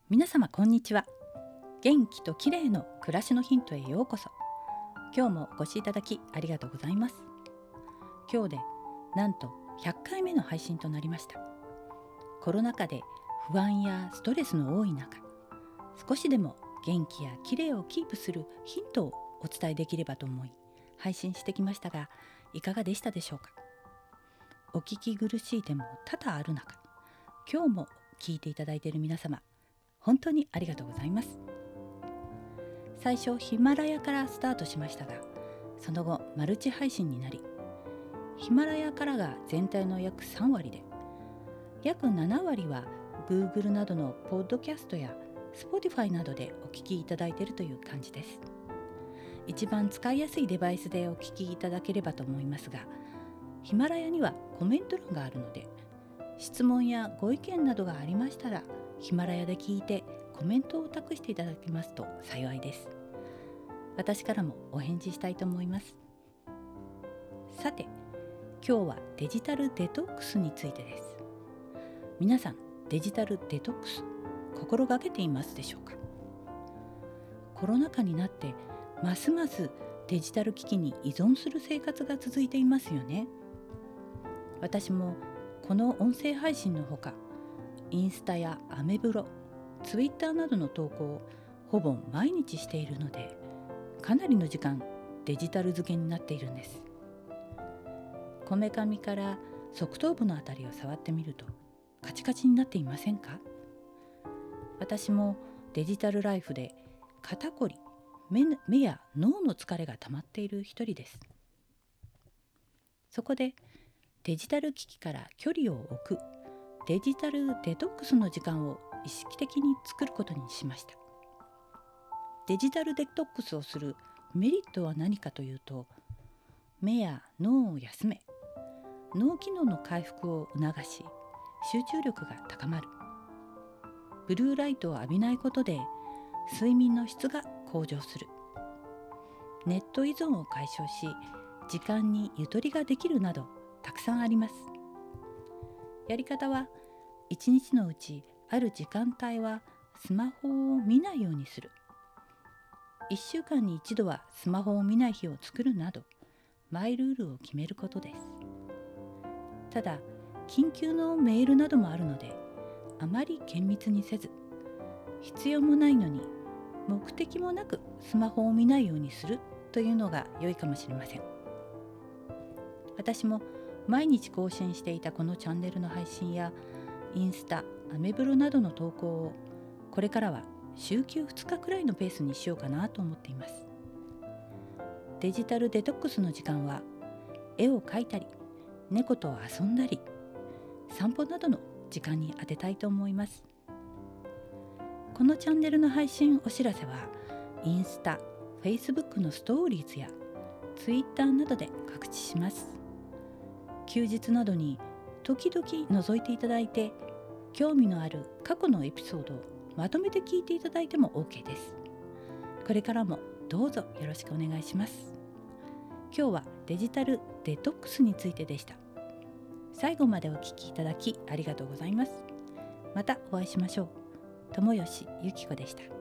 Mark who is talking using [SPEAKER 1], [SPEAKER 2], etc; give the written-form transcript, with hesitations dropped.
[SPEAKER 1] 皆様こんにちは。元気と綺麗の暮らしのヒントへようこそ。今日もお越しいただきありがとうございます。今日でなんと100回目の配信となりました。コロナ禍で不安やストレスの多い中、少しでも元気や綺麗をキープするヒントをお伝えできればと思い配信してきましたが、いかがでしたでしょうか。お聞き苦しい点も多々ある中、今日も聞いていただいている皆様、本当にありがとうございます。最初ヒマラヤからスタートしましたが、その後マルチ配信になり、ヒマラヤからが全体の約3割で、約7割は Google などのポッドキャストや Spotify などでお聞きいただいているという感じです。一番使いやすいデバイスでお聞きいただければと思いますが、ヒマラヤにはコメント欄があるので、質問やご意見などがありましたらヒマラヤで聞いてコメントを託していただけますと幸いです。私からもお返事したいと思います。さて、今日はデジタルデトックスについてです。皆さん、デジタルデトックス心がけていますでしょうか。コロナ禍になってますますデジタル機器に依存する生活が続いていますよね。私もこの音声配信のほか、インスタやアメブロ、ツイッターなどの投稿をほぼ毎日しているので、かなりの時間デジタル漬けになっているんです。こめかみから側頭部のあたりを触ってみるとカチカチになっていませんか。私もデジタルライフで肩こり、目や脳の疲れが溜まっている一人です。そこでデジタル機器から距離を置くデジタルデトックスの時間を意識的に作ることにしました。デジタルデトックスをするメリットは何かというと、目や脳を休め、脳機能の回復を促し、集中力が高まる。ブルーライトを浴びないことで睡眠の質が向上する。ネット依存を解消し、時間にゆとりができるなどたくさんあります。やり方は、一日のうちある時間帯はスマホを見ないようにする。1週間に1度はスマホを見ない日を作るなど、マイルールを決めることです。ただ、緊急のメールなどもあるので、あまり厳密にせず、必要もないのに目的もなくスマホを見ないようにするというのが良いかもしれません。私も毎日更新していたこのチャンネルの配信やインスタ、アメブロなどの投稿をこれからは週休2日くらいのペースにしようかなと思っています。デジタルデトックスの時間は絵を描いたり、猫と遊んだり、散歩などの時間に当てたいと思います。このチャンネルの配信お知らせはインスタ、フェイスブックのストーリーズやツイッターなどで告知します。休日などに時々覗いていただいて、興味のある過去のエピソードをまとめて聞いていただいても OK です。これからもどうぞよろしくお願いします。今日はデジタルデトックスについてでした。最後までお聞きいただきありがとうございます。またお会いしましょう。友吉ゆき子でした。